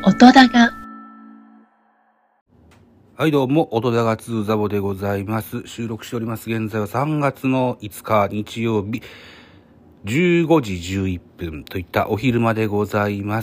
音高。 はいどうも、音高2ザボでございます。収録しております。現在は3月の5日日曜日、15時11分といったお昼間でございます。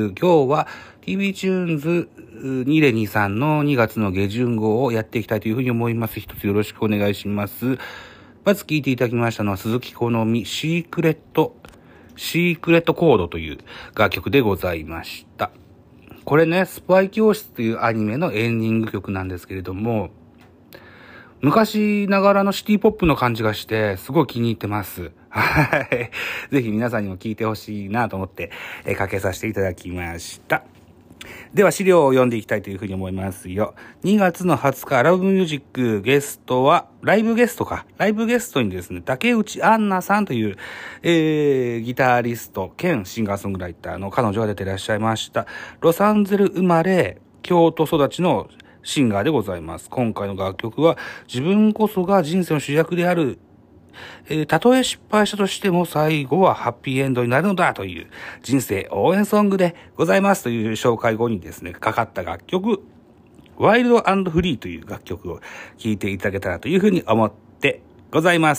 今日は TV チューンズ2023の2月の下旬号をやっていきたいというふうに思います。一つよろしくお願いします。まず聴いていただきましたのは鈴木好美シークレットコードという楽曲でございました。これね、スパイ教室というアニメのエンディング曲なんですけれども、昔ながらのシティポップの感じがして、すごい気に入ってます。はい。ぜひ皆さんにも聴いてほしいなと思って、かけさせていただきました。では資料を読んでいきたいというふうに思いますよ。2月の20日、ラブミュージックゲストは、ライブゲストにですね、竹内杏奈さんという、ギタリスト兼シンガーソングライターの彼女が出ていらっしゃいました。ロサンゼル生まれ、京都育ちのシンガーでございます。今回の楽曲は、自分こそが人生の主役である、たとえ失敗したとしても最後はハッピーエンドになるのだという人生応援ソングでございますという紹介後にですね、かかった楽曲、ワイルド&フリーという楽曲を聴いていただけたらというふうに思ってございます。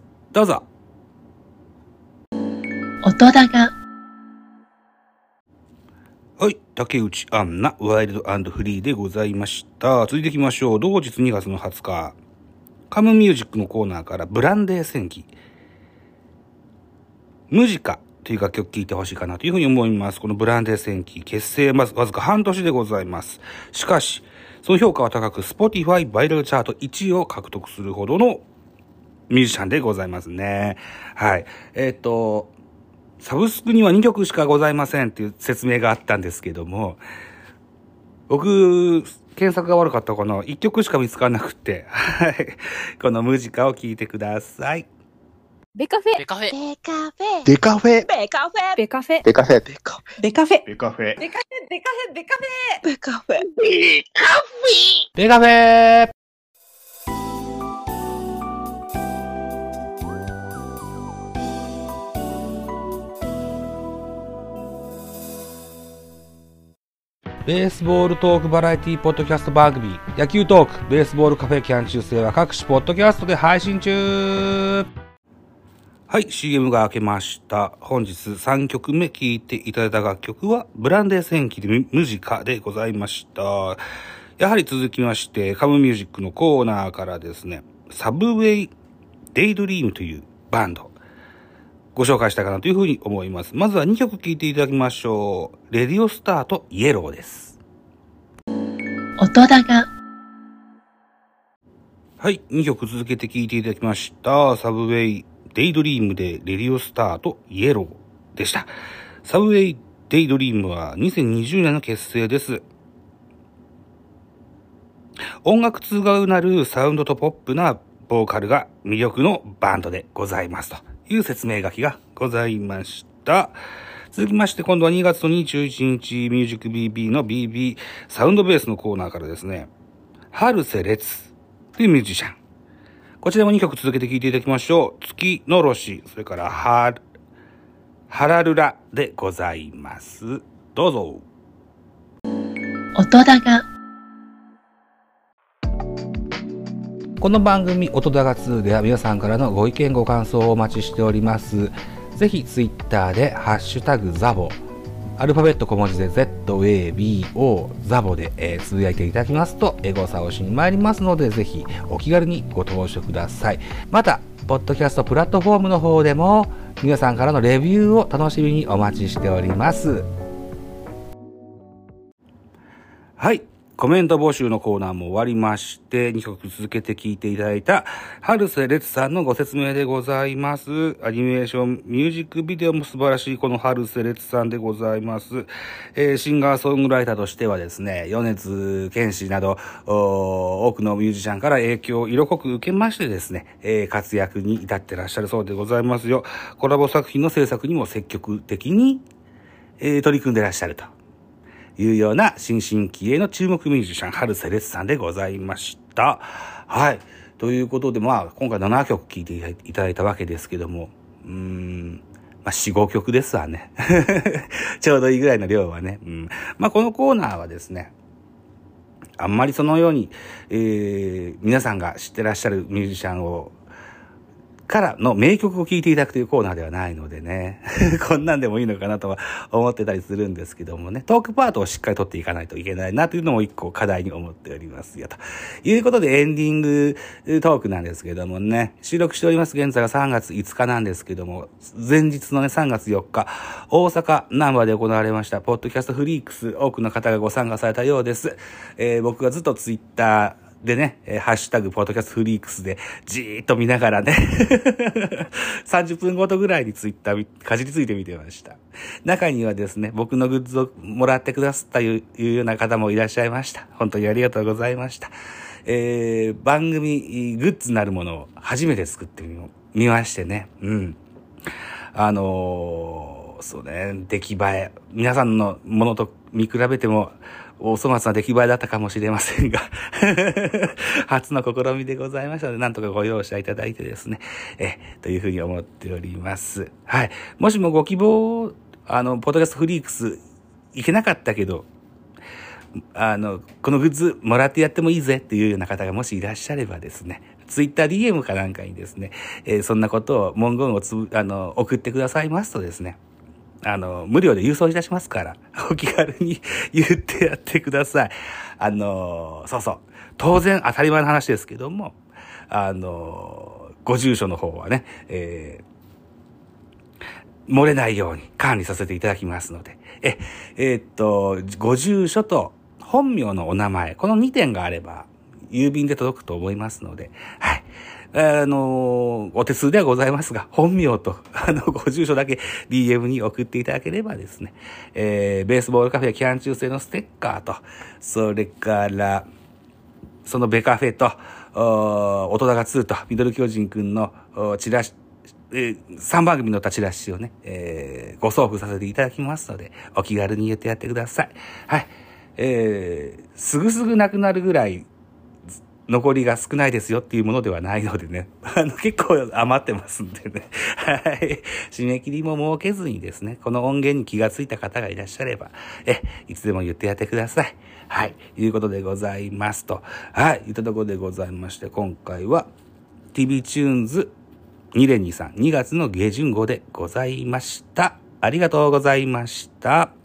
どうぞ。 音高。 はい、竹内杏奈、ワイルド&フリーでございました。続いていきましょう。同日2月の20日。カムミュージックのコーナーからブランデー戦記。ムジカという楽曲聴いてほしいかなというふうに思います。このブランデー戦記、結成わずか半年でございます。しかし、その評価は高く、Spotify バイラルチャート1位を獲得するほどのミュージシャンでございますね。はい。サブスクには2曲しかございませんっていう説明があったんですけども、僕、検索が悪かったかな。1曲しか見つからなくて、はい。このムジカを聴いてください。 ベカフェ。 ベカフェ。 ベカフェ。 デカフェ。 ベカフェ。 デカフェ。 ベカフェ。ベカフェ。 デカフェ。 ベカフェ。ベカフェ。ベカフェ。ベカフェ。 デカフェ。 デカフェ。ベースボールトークバラエティポッドキャスト番組野球トークベースボールカフェキャン中世は各種ポッドキャストで配信中。はい、 CM が明けました。本日3曲目聴いていただいた楽曲はブランデー戦記でムジカでございました。やはり続きましてカムミュージックのコーナーからですね、サブウェイデイドリームというバンドご紹介したいかなというふうに思います。まずは2曲聴いていただきましょう。レディオスターとイエローです。 音高。 はい、2曲続けて聴いていただきました。サブウェイデイドリームでレディオスターとイエローでした。サブウェイデイドリームは2020年の結成です。音楽通がうなるサウンドとポップなボーカルが魅力のバンドでございますという説明書きがございました。続きまして今度は2月の21日ミュージック BB の BB サウンドベースのコーナーからですね、春瀬列というミュージシャン。こちらも2曲続けて聴いていただきましょう。月のろし、それからハラルラでございます。どうぞ。 音高。 この番組音高2では皆さんからのご意見ご感想をお待ちしております。ぜひツイッターでハッシュタグザボ、アルファベット小文字で ZABO ザボで、つぶやいていただきますとエゴサをしに参りますので、ぜひお気軽にご投書ください。またポッドキャストプラットフォームの方でも皆さんからのレビューを楽しみにお待ちしております。はい、コメント募集のコーナーも終わりまして、2曲続けて聴いていただいた春瀬列さんのご説明でございます。アニメーション、ミュージックビデオも素晴らしいこの春瀬列さんでございます。シンガーソングライターとしてはですね、米津玄師など多くのミュージシャンから影響を色濃く受けましてですね、活躍に至ってらっしゃるそうでございますよ。コラボ作品の制作にも積極的に、取り組んでらっしゃるというような新進気鋭の注目ミュージシャン、春瀬列さんでございました。はい。ということで、今回7曲聴いていただいたわけですけども、 4、5曲ですわね。ちょうどいいぐらいの量はね。このコーナーはですね、あんまりそのように、皆さんが知ってらっしゃるミュージシャンからの名曲を聴いていただくというコーナーではないのでね。こんなんでもいいのかなとは思ってたりするんですけどもね。トークパートをしっかり取っていかないといけないなというのも一個課題に思っておりますよ。ということでエンディングトークなんですけどもね。収録しております現在は3月5日なんですけども、前日のね3月4日、大阪南波で行われましたポッドキャストフリークス、多くの方がご参加されたようです。僕がずっとツイッターでね、ハッシュタグポッドキャストフリークスでじーっと見ながらね30分ごとぐらいにツイッターかじりついてみてました。中にはですね、僕のグッズをもらってくださったいうような方もいらっしゃいました。本当にありがとうございました。番組グッズなるものを初めて作ってみましてね。そうね、出来栄え。皆さんのものと見比べても、お粗末な出来栄えだったかもしれませんが、初の試みでございましたので、なんとかご容赦いただいてですね、というふうに思っております。はい。もしもご希望、ポッドキャストフリークス、いけなかったけど、このグッズもらってやってもいいぜっていうような方がもしいらっしゃればですね、ツイッター DM かなんかにですね、そんなことを文言を送ってくださいますとですね、無料で郵送いたしますから、お気軽に言ってやってください。そうそう。当然当たり前の話ですけども、ご住所の方はね、漏れないように管理させていただきますので、ご住所と本名のお名前、この2点があれば、郵便で届くと思いますので、はい。お手数ではございますが、本名と、ご住所だけ DM に送っていただければですね、ベースボールカフェキャン中製のステッカーと、それから、そのベカフェと、音高2と、ミドル巨人くんのチラシ、3番組のったチラシをね、ご送付させていただきますので、お気軽に言ってやってください。はい。すぐすぐなくなるぐらい、残りが少ないですよっていうものではないのでね。結構余ってますんでね。はい。締め切りも設けずにですね、この音源に気がついた方がいらっしゃれば、いつでも言ってやってください。はい。いうことでございますと。はい。いったところでございまして、今回は TV チューンズ2連2さん2月の下旬号でございました。ありがとうございました。